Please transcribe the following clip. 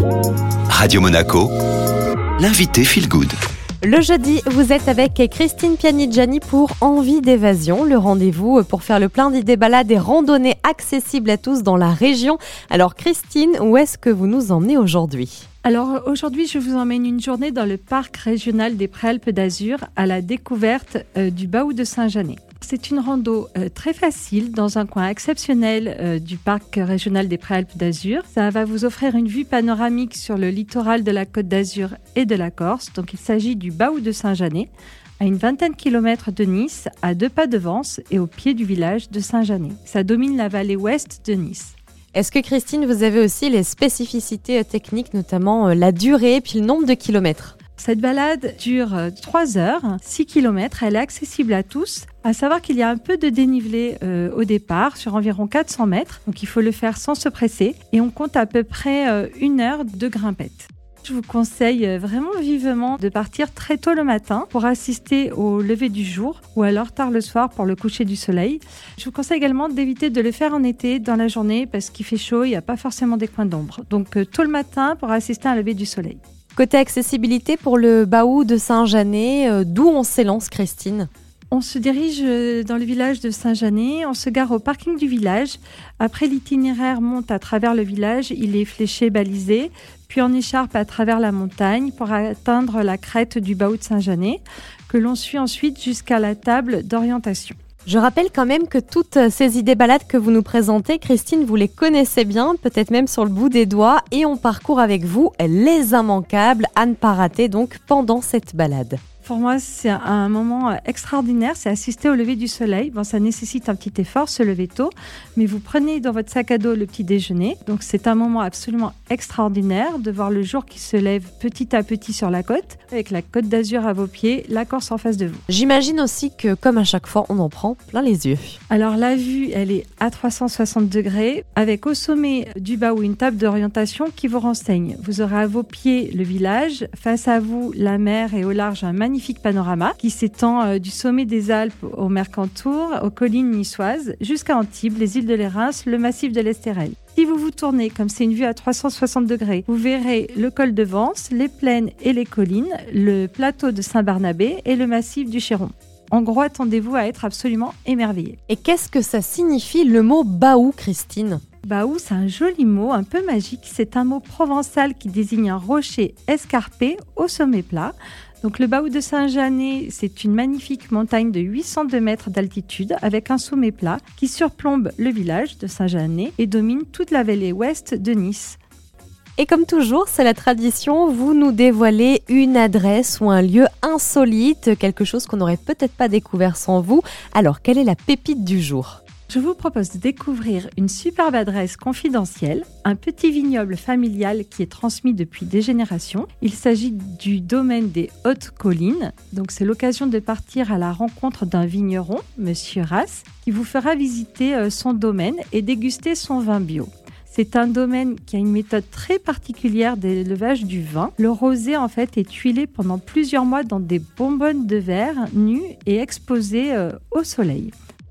Radio Monaco, l'invité Feel Good. Le jeudi, vous êtes avec Christine Pianigiani pour Envie d'évasion, le rendez-vous pour faire le plein d'idées balades et randonnées accessibles à tous dans la région. Alors Christine, où est-ce que vous nous emmenez aujourd'hui ? Alors aujourd'hui, je vous emmène une journée dans le parc régional des Préalpes d'Azur à la découverte du Baou de Saint-Janet. C'est une rando très facile dans un coin exceptionnel du parc régional des Préalpes d'Azur. Ça va vous offrir une vue panoramique sur le littoral de la Côte d'Azur et de la Corse. Donc il s'agit du Baou de Saint-Janet, à une vingtaine de kilomètres de Nice, à 2 pas de Vence et au pied du village de Saint-Janet. Ça domine la vallée ouest de Nice. Est-ce que Christine, vous avez aussi les spécificités techniques, notamment la durée et puis le nombre de kilomètres ? Cette balade dure 3 heures, 6 km, elle est accessible à tous. À savoir qu'il y a un peu de dénivelé au départ, sur environ 400 mètres, donc il faut le faire sans se presser. Et on compte à peu près 1 heure de grimpette. Je vous conseille vraiment vivement de partir très tôt le matin pour assister au lever du jour ou alors tard le soir pour le coucher du soleil. Je vous conseille également d'éviter de le faire en été dans la journée parce qu'il fait chaud, il n'y a pas forcément des coins d'ombre. Donc tôt le matin pour assister à un lever du soleil. Côté accessibilité pour le Baou de Saint-Janet, d'où on s'élance Christine ? On se dirige dans le village de Saint-Janet, on se gare au parking du village. Après, l'itinéraire monte à travers le village, il est fléché, balisé, puis on écharpe à travers la montagne pour atteindre la crête du Baou de Saint-Janet, que l'on suit ensuite jusqu'à la table d'orientation. Je rappelle quand même que toutes ces idées balades que vous nous présentez, Christine, vous les connaissez bien, peut-être même sur le bout des doigts, et on parcourt avec vous les immanquables à ne pas rater donc pendant cette balade. Pour moi, c'est un moment extraordinaire, c'est assister au lever du soleil. Bon, ça nécessite un petit effort, se lever tôt, mais vous prenez dans votre sac à dos le petit déjeuner. Donc, c'est un moment absolument extraordinaire de voir le jour qui se lève petit à petit sur la côte, avec la Côte d'Azur à vos pieds, la Corse en face de vous. J'imagine aussi que, comme à chaque fois, on en prend plein les yeux. Alors, la vue, elle est à 360 degrés, avec au sommet du Baou une table d'orientation qui vous renseigne. Vous aurez à vos pieds le village, face à vous la mer et au large un magnifique panorama qui s'étend du sommet des Alpes au Mercantour, aux collines niçoises, jusqu'à Antibes, les îles de l'Érins, le massif de l'Estérel. Si vous vous tournez, comme c'est une vue à 360 degrés, vous verrez le col de Vence, les plaines et les collines, le plateau de Saint-Barnabé et le massif du Chéron. En gros, attendez-vous à être absolument émerveillé. Et qu'est-ce que ça signifie le mot Baou, Christine ? Baou, c'est un joli mot, un peu magique. C'est un mot provençal qui désigne un rocher escarpé au sommet plat. Donc le Baou de Saint-Janet, c'est une magnifique montagne de 802 mètres d'altitude avec un sommet plat qui surplombe le village de Saint-Janet et domine toute la vallée ouest de Nice. Et comme toujours, c'est la tradition, vous nous dévoilez une adresse ou un lieu insolite, quelque chose qu'on n'aurait peut-être pas découvert sans vous. Alors, quelle est la pépite du jour ? Je vous propose de découvrir une superbe adresse confidentielle, un petit vignoble familial qui est transmis depuis des générations. Il s'agit du domaine des Hautes Collines. Donc c'est l'occasion de partir à la rencontre d'un vigneron, Monsieur Rass, qui vous fera visiter son domaine et déguster son vin bio. C'est un domaine qui a une méthode très particulière d'élevage du vin. Le rosé, en fait, est huilé pendant plusieurs mois dans des bonbonnes de verre nues et exposées au soleil.